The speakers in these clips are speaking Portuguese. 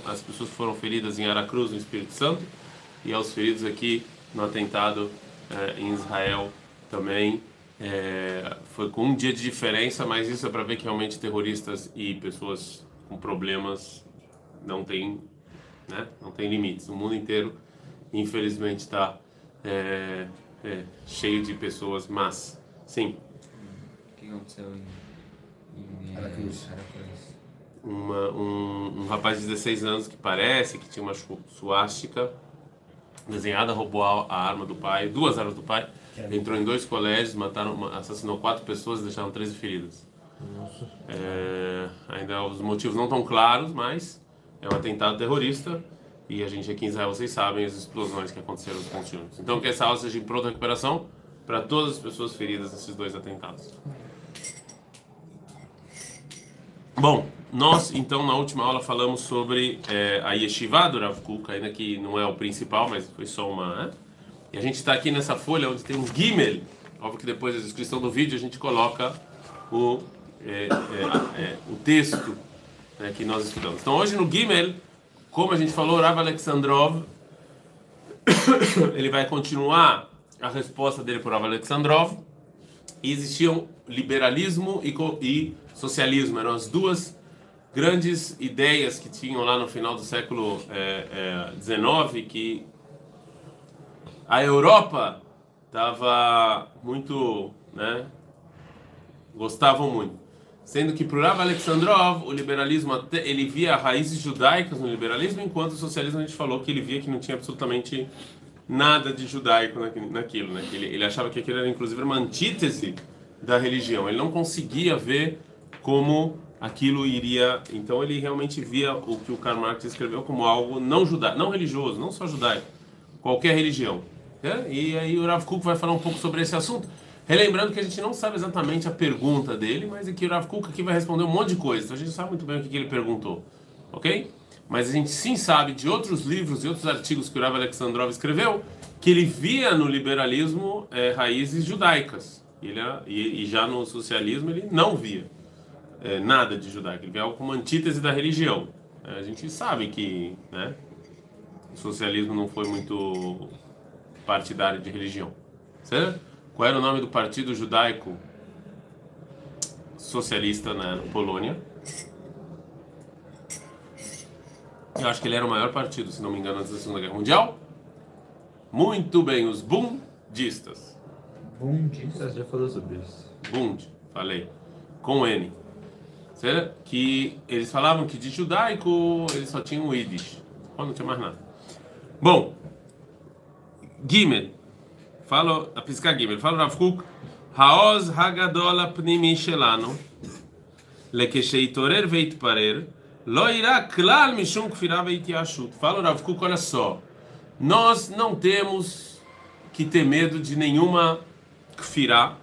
as pessoas que foram feridas em Aracruz, no Espírito Santo, e aos feridos aqui no atentado em Israel também. Foi com um dia de diferença, mas isso é para ver que realmente terroristas e pessoas com problemas não tem, né, não tem limites. O mundo inteiro, infelizmente, está cheio de pessoas más. Sim. O que aconteceu em Aracruz? Um rapaz de 16 anos que parece que tinha uma suástica desenhada, roubou a arma do pai, 2 armas do pai, entrou em 2 colégios, assassinou 4 pessoas e deixaram 13 feridas. Nossa. Ainda os motivos não estão claros, mas é um atentado terrorista e a gente aqui em Israel, vocês sabem as explosões que aconteceram nos pontos. Então que essa aula seja em pronta recuperação para todas as pessoas feridas nesses 2 atentados. Bom, nós então na última aula falamos sobre a Yeshiva do Rav Kuk, ainda que não é o principal, mas foi só uma. E a gente está aqui nessa folha onde tem um Gimel. Óbvio que depois da descrição do vídeo a gente coloca o texto que nós estudamos. Então hoje no Gimel, como a gente falou, Rav Alexandrov, ele vai continuar a resposta dele para o Rav Alexandrov. E existiam liberalismo e socialismo, eram as 2 grandes ideias que tinham lá no final do século XIX, que a Europa estava muito, né, gostavam muito. Sendo que para o Rav Alexandrov, o liberalismo, ele via raízes judaicas no liberalismo, enquanto o socialismo a gente falou que ele via que não tinha absolutamente nada de judaico naquilo, né? Ele achava que aquilo era inclusive uma antítese da religião. Ele não conseguia ver como aquilo iria. Então ele realmente via o que o Karl Marx escreveu como algo não judaico, não religioso, não só judaico, qualquer religião. E aí o Rav Kuk vai falar um pouco sobre esse assunto, relembrando que a gente não sabe exatamente a pergunta dele, mas é que o Rav Kuk aqui vai responder um monte de coisa. Então a gente sabe muito bem o que ele perguntou, ok? Mas a gente sim sabe de outros livros e outros artigos que o Rav Alexandrov escreveu que ele via no liberalismo raízes judaicas. E já no socialismo ele não via nada de judaico. Ele via algo como antítese da religião. A gente sabe que, né, o socialismo não foi muito partidário de religião. Certo? Qual era o nome do partido judaico socialista na Polônia? Eu acho que ele era o maior partido, se não me engano, antes da Segunda Guerra Mundial. Muito bem, os bundistas. Bundistas? Já falou sobre isso. Bund, falei. Com N. Certo? Que eles falavam que de judaico eles só tinham o Yiddish. Não tinha mais nada. Bom, Gimel. Fala, a piscar Gimel. Fala Rav Kuk. Haoz hagadol apnimi shelanu lekesheitorer veitparer lo irá klal mishum kfirá veitiashut. Fala Rav Kuk, olha só. Nós não temos que ter medo de nenhuma kfirá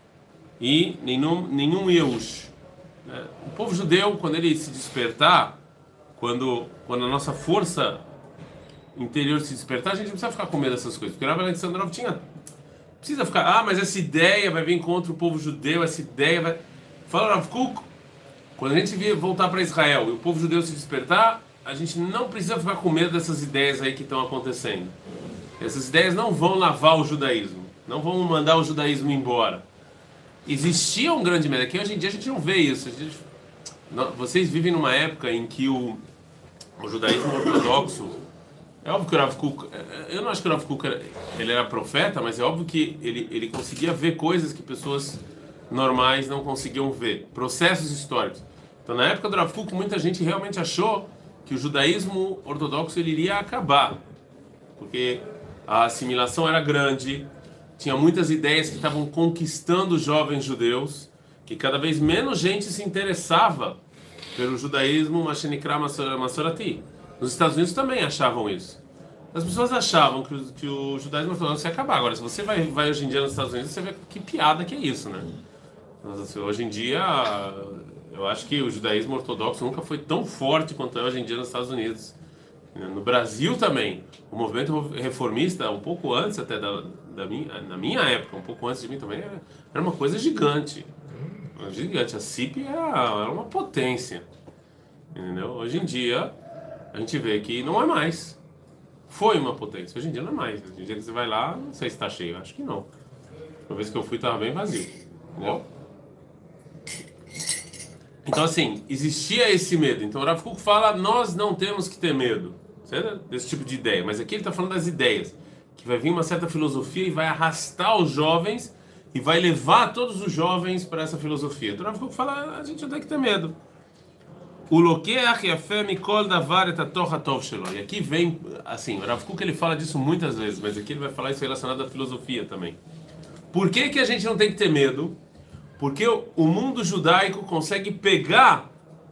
e nenhum yeush. O povo judeu, quando ele se despertar, quando a nossa força interior se despertar, a gente não precisa ficar com medo dessas coisas. Porque o Rav Alexandrov precisa ficar, mas essa ideia vai vir contra o povo judeu, essa ideia vai... Fala Rav Kuk, quando a gente voltar para Israel e o povo judeu se despertar, a gente não precisa ficar com medo dessas ideias aí que estão acontecendo. Essas ideias não vão lavar o judaísmo, não vão mandar o judaísmo embora. Existia um grande medo, que hoje em dia a gente não vê isso. Vocês vivem numa época em que o judaísmo ortodoxo, é óbvio que o Rav Kuk, eu não acho que o Rav Kuk ele era profeta, mas é óbvio que ele conseguia ver coisas que pessoas normais não conseguiam ver, processos históricos. Então na época do Rav Kuk muita gente realmente achou que o judaísmo ortodoxo ele iria acabar, porque a assimilação era grande, tinha muitas ideias que estavam conquistando os jovens judeus, que cada vez menos gente se interessava pelo judaísmo Mashenikra Masorati. Nos Estados Unidos também achavam isso. As pessoas achavam que o judaísmo ortodoxo ia acabar. Agora, se você vai hoje em dia nos Estados Unidos, você vê que piada que é isso, né? Mas, assim, hoje em dia, eu acho que o judaísmo ortodoxo nunca foi tão forte quanto é hoje em dia nos Estados Unidos. No Brasil também, o movimento reformista, um pouco antes até na minha época, um pouco antes de mim também, era uma coisa gigante. Gigante. A CIP era uma potência. Entendeu? Hoje em dia, a gente vê que não é mais. Foi uma potência. Hoje em dia não é mais. Hoje em dia que você vai lá, não sei se está cheio. Acho que não. Uma vez que eu fui, estava bem vazio. Entendeu? Então, assim, existia esse medo. Então, o Rav Kuk fala, nós não temos que ter medo, certo? Desse tipo de ideia. Mas aqui ele está falando das ideias. Que vai vir uma certa filosofia e vai arrastar os jovens e vai levar todos os jovens para essa filosofia. Então, o Rav Kuk fala, a gente não tem que ter medo. O lokeach yafeh mikol davar et hatorah hatov shelo. E aqui vem, assim, o Rav Kuk ele fala disso muitas vezes, mas aqui ele vai falar isso relacionado à filosofia também. Por que que a gente não tem que ter medo? Porque o mundo judaico consegue pegar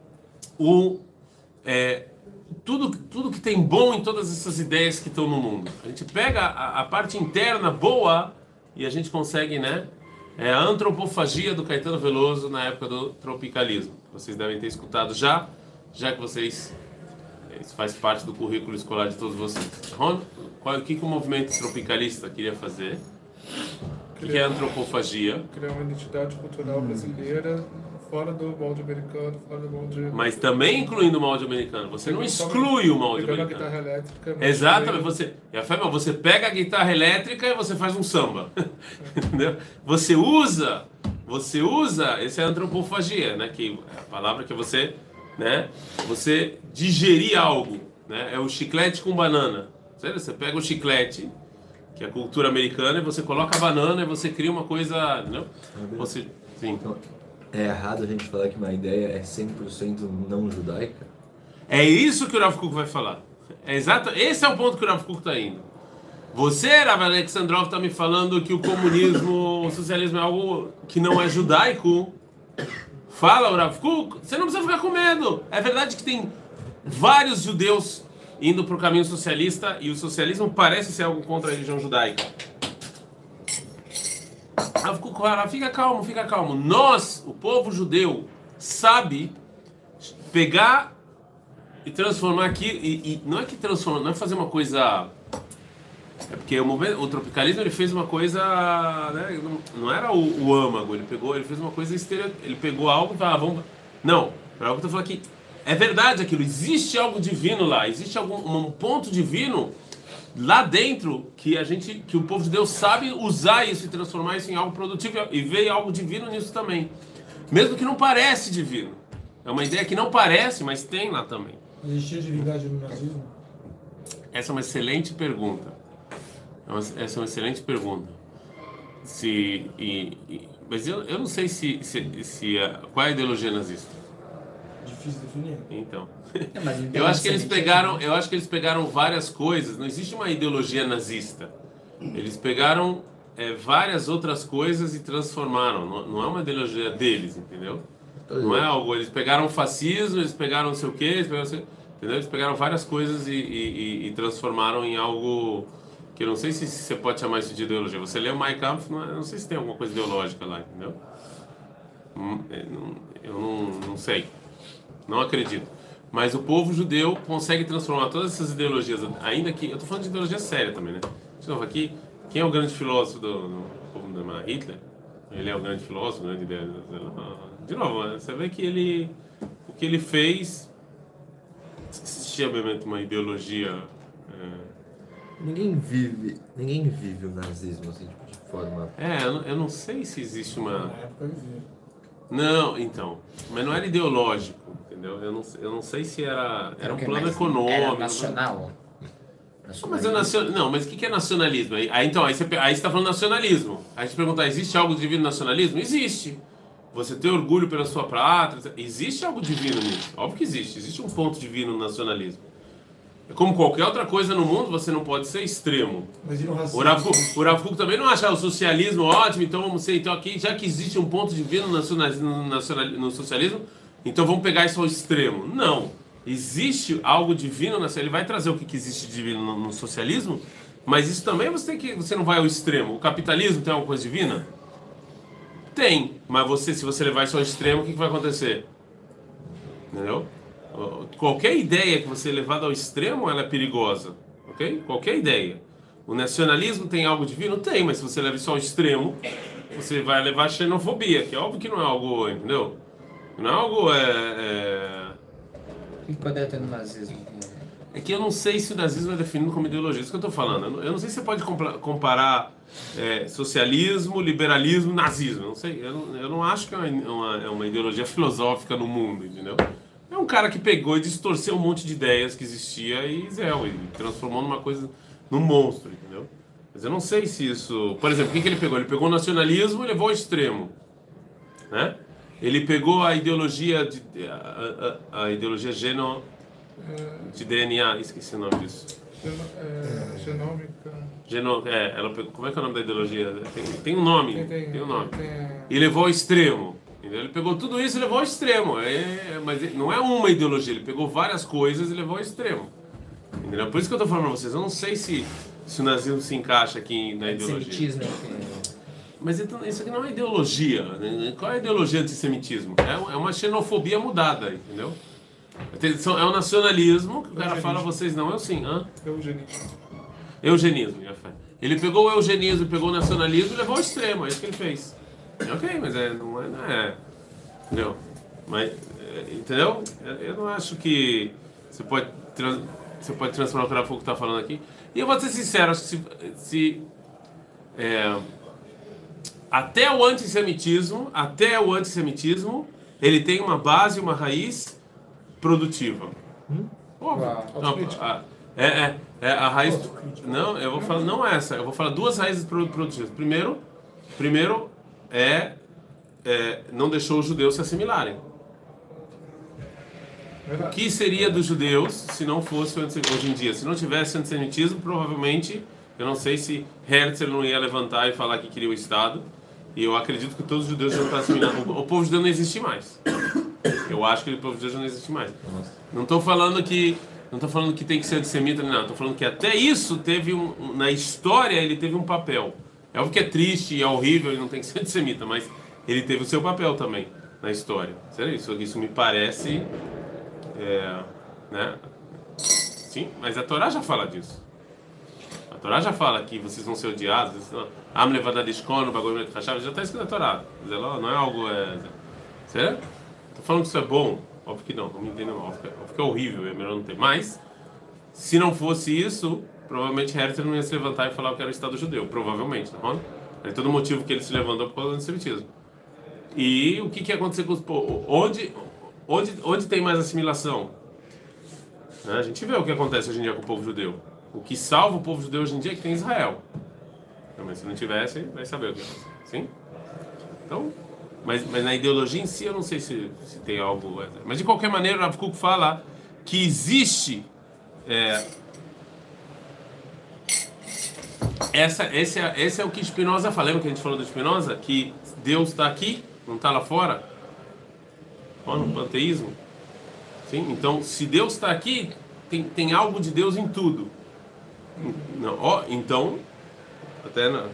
tudo que tem bom em todas essas ideias que estão no mundo. A gente pega a parte interna boa e a gente consegue, né? É a antropofagia do Caetano Veloso na época do tropicalismo. Vocês devem ter escutado já que vocês... Isso faz parte do currículo escolar de todos vocês. Ron, o que o movimento tropicalista queria fazer? O que é antropofagia? Criar uma identidade cultural brasileira fora do molde americano, fora do molde... Mas também incluindo o molde americano. Você não exclui o molde americano. Pegando a guitarra elétrica... Exatamente. Você pega a guitarra elétrica e você faz um samba. Entendeu? Você usa... Essa é a antropofagia, né? Que é a palavra que você... né? Você digerir algo. Né? É o chiclete com banana. Você pega o chiclete... que é a cultura americana, e você coloca a banana e você cria uma coisa, não? Você, sim. Então, é errado a gente falar que uma ideia é 100% não judaica? É isso que o Rav Kuk vai falar. É exato, esse é o ponto que o Rav Kuk está indo. Você, Rav Alexandrov, está me falando que o comunismo, o socialismo é algo que não é judaico. Fala o Rav Kuk, você não precisa ficar com medo. É verdade que tem vários judeus indo para o caminho socialista, e o socialismo parece ser algo contra a religião judaica. Fica calmo. Nós, o povo judeu, sabe pegar e transformar aqui, e não é que transforma, não é fazer uma coisa... É porque o tropicalismo ele fez uma coisa, né, não era o âmago, ele fez uma coisa ele pegou algo e falou, vamos... Não, é algo que eu estou falando aqui. É verdade aquilo, existe algo divino lá, existe um ponto divino lá dentro que o povo de Deus sabe usar isso e transformar isso em algo produtivo e ver algo divino nisso também. Mesmo que não parece divino. É uma ideia que não parece, mas tem lá também. Existia divindade no nazismo? Essa é uma excelente pergunta. Essa é uma excelente pergunta. Mas eu não sei qual é a ideologia nazista. Difícil definir. Então, então eu acho que eles pegaram várias coisas. Não existe uma ideologia nazista. Eles pegaram várias outras coisas e transformaram. Não é uma ideologia deles, entendeu? Não é algo. Eles pegaram o fascismo, eles pegaram não sei o quê, entendeu? Eles pegaram várias coisas e transformaram em algo que eu não sei se você pode chamar isso de ideologia. Você lê o Mein Kampf, não sei se tem alguma coisa ideológica lá, entendeu? Eu não sei. Não acredito. Mas o povo judeu consegue transformar todas essas ideologias, ainda que... Eu estou falando de ideologia séria também, né? De novo, aqui, quem é o grande filósofo do povo da Hitler? Ele é o grande filósofo, né? De novo, você vê que o que ele fez... Existia obviamente uma ideologia... Ninguém vive o nazismo assim, tipo, de forma... eu não sei se existe uma... Na época vivia. Não, então, mas não era ideológico, entendeu? Eu não sei se era um plano econômico. Era nacional. Mas o que é nacionalismo? Aí você está falando nacionalismo. Aí você pergunta, existe algo divino no nacionalismo? Existe. Você ter orgulho pela sua pátria, existe algo divino nisso. Óbvio que existe um ponto divino no nacionalismo. Como qualquer outra coisa no mundo, você não pode ser extremo. Mas e no racismo? O Rav Kuk também não acha o socialismo ótimo, então vamos ser, então aqui, já que existe um ponto divino no socialismo, então vamos pegar isso ao extremo. Não. Existe algo divino, ele vai trazer o que existe divino no socialismo, mas isso também você não vai ao extremo. O capitalismo tem alguma coisa divina? Tem, mas se você levar isso ao extremo, o que vai acontecer? Entendeu? Qualquer ideia que você levar ao extremo, ela é perigosa, ok? Qualquer ideia. O nacionalismo tem algo divino? Tem, mas se você leva isso ao extremo, você vai levar a xenofobia, que é óbvio que não é algo, entendeu? Não é algo... O que poderia ter no nazismo? É que eu não sei se o nazismo é definido como ideologia, isso que eu estou falando. Eu não sei se você pode comparar socialismo, liberalismo, nazismo. Eu não sei. Eu não acho que é uma ideologia filosófica no mundo, entendeu? É um cara que pegou e distorceu um monte de ideias que existia e transformou numa coisa, num monstro, entendeu? Mas eu não sei se isso... Por exemplo, o que ele pegou? Ele pegou o nacionalismo e levou ao extremo, né? Ele pegou a ideologia a ideologia de DNA, esqueci o nome disso. Genômica. Ela pegou, como é que é o nome da ideologia? Tem um nome. Tem um nome. E levou ao extremo. Entendeu? Ele pegou tudo isso e levou ao extremo. Mas não é uma ideologia, ele pegou várias coisas e levou ao extremo. Entendeu? Por isso que eu estou falando para vocês, eu não sei se o nazismo se encaixa aqui na ideologia. Antissemitismo. Mas então, isso aqui não é ideologia. Qual é a ideologia do antissemitismo? É uma xenofobia mudada, entendeu? É o nacionalismo que o cara fala, vocês não, eu sim. Eugenismo, ele pegou o eugenismo, pegou o nacionalismo e levou ao extremo, é isso que ele fez. Ok, mas não é. Entendeu? Mas, entendeu? Eu não acho que você pode transformar o que o está falando aqui. E eu vou ser sincero, acho que até o antissemitismo, ele tem uma base, uma raiz produtiva. A raiz. Não, eu vou falar não essa. Eu vou falar duas raízes produtivas. Primeiro não deixou os judeus se assimilarem. O que seria dos judeus se não fosse hoje em dia? Se não tivesse antissemitismo, provavelmente, eu não sei se Herzl não ia levantar e falar que queria o Estado. E eu acredito que todos os judeus já estão assimilados. O povo judeu não existe mais. Eu acho que o povo judeu já não existe mais. Não estou falando que tem que ser antissemita, não. Estou falando que até isso teve na história ele teve um papel. É óbvio que é triste e é horrível e não tem que ser antissemita, mas ele teve o seu papel também na história. Sério, isso me parece, né? Sim, mas a Torá já fala disso. A Torá já fala que vocês vão ser odiados. Já está escrito na Torá. Não é algo. Sério? Estou falando que isso é bom? Óbvio que não me entendam. Óbvio que é horrível, é melhor não ter. Mas, se não fosse isso, provavelmente Herzl não ia se levantar e falar que era o Estado judeu. Provavelmente, não é? Todo motivo que ele se levantou por causa do antissemitismo. E o que aconteceu com os povos? Onde tem mais assimilação? A gente vê o que acontece hoje em dia com o povo judeu. O que salva o povo judeu hoje em dia é que tem Israel. Mas se não tivesse, vai saber o que é. Sim? Então, mas na ideologia em si eu não sei se tem algo. Mas de qualquer maneira, o Rav Kook fala que existe. Esse é o que Spinoza fala. Lembra que a gente falou do Spinoza? Que Deus está aqui, não está lá fora? No panteísmo. Sim? Então, se Deus está aqui, tem algo de Deus em tudo. Não, então, até não.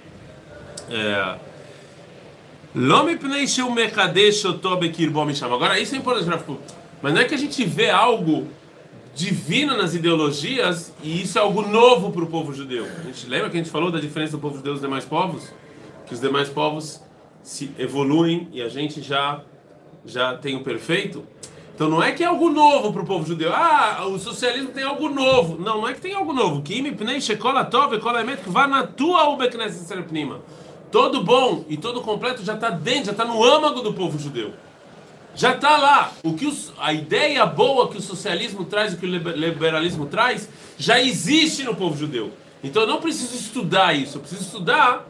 Agora, isso é importante, mas não é que a gente vê algo divino nas ideologias e isso é algo novo para o povo judeu. A gente lembra que a gente falou da diferença do povo judeu dos demais povos? Que os demais povos se evoluem e a gente já tem o perfeito. Então não é que é algo novo para o povo judeu. O socialismo tem algo novo. Não é que tem algo novo. Todo bom e todo completo já está dentro, já está no âmago do povo judeu. Já está lá. A ideia boa que o socialismo traz e que o liberalismo traz já existe no povo judeu. Então eu não preciso estudar isso. Eu preciso estudar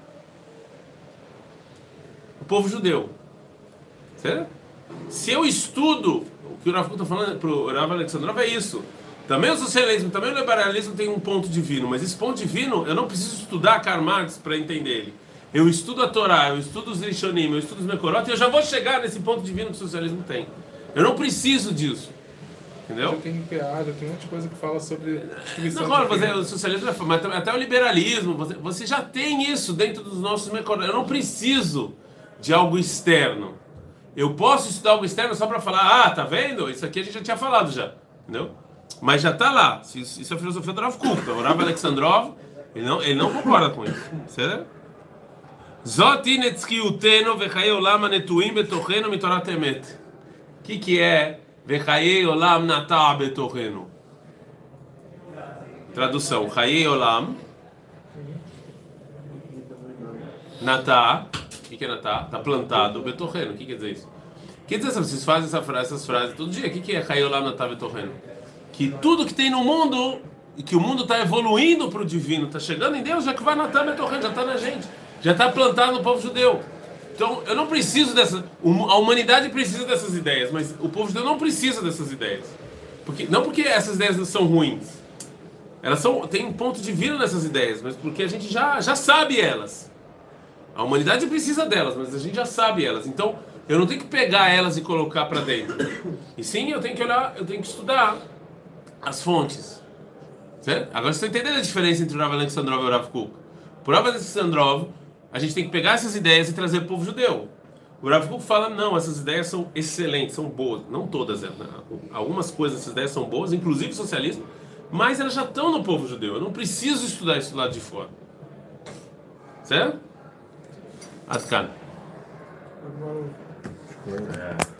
o povo judeu. Certo? Se eu estudo o que o Rav está falando para o Rav Alexandrov é isso. Também o socialismo, também o liberalismo tem um ponto divino, mas esse ponto divino eu não preciso estudar Karl Marx para entender ele. Eu estudo a Torá, eu estudo os Rishonim, eu estudo os Mekorot e eu já vou chegar nesse ponto divino que o socialismo tem. Eu não preciso disso. Entendeu? Já tem IPA, já tem um monte de coisa que fala sobre... o socialismo mas até o liberalismo, você já tem isso dentro dos nossos Mekorot. Eu não preciso de algo externo. Eu posso estudar algo externo só para falar, tá vendo? Isso aqui a gente já tinha falado já, entendeu? Mas já está lá. Isso é a filosofia do Rav Kook. O Rav Alexandrov, ele não concorda com isso. Certo? Zoti netzkiuteno vechaye olam anetuim betochenu mitorat emet. O que é vechaye olam natah betochenu? Tradução. Hayei Olam. Natá. O que é Natá? Está plantado. Betorreno. O que quer dizer isso? Quer dizer, vocês fazem essas frases todo dia. O que é Hayei Olam Natá Betorreno? Que tudo que tem no mundo, e que o mundo está evoluindo para o divino, está chegando em Deus, já que vai Natá Betorreno, já está na gente. Já está plantado no povo judeu. Então, eu não preciso dessa... A humanidade precisa dessas ideias, mas o povo judeu não precisa dessas ideias. Não porque essas ideias são ruins. Elas tem um ponto divino nessas ideias, mas porque a gente já sabe elas. A humanidade precisa delas, mas a gente já sabe elas. Então, eu não tenho que pegar elas e colocar para dentro. E sim, eu tenho que olhar, eu tenho que estudar as fontes. Certo? Agora você está entendendo a diferença entre o Rav Alexandrov e o Rav Kuk. Por Rav Alexandrov, a gente tem que pegar essas ideias e trazer para o povo judeu. O Rav Kuk fala, não, essas ideias são excelentes, são boas. Não todas, algumas coisas dessas ideias são boas, inclusive o socialismo, mas elas já estão no povo judeu. Eu não preciso estudar isso do lado de fora. Certo? Adkan. Agora,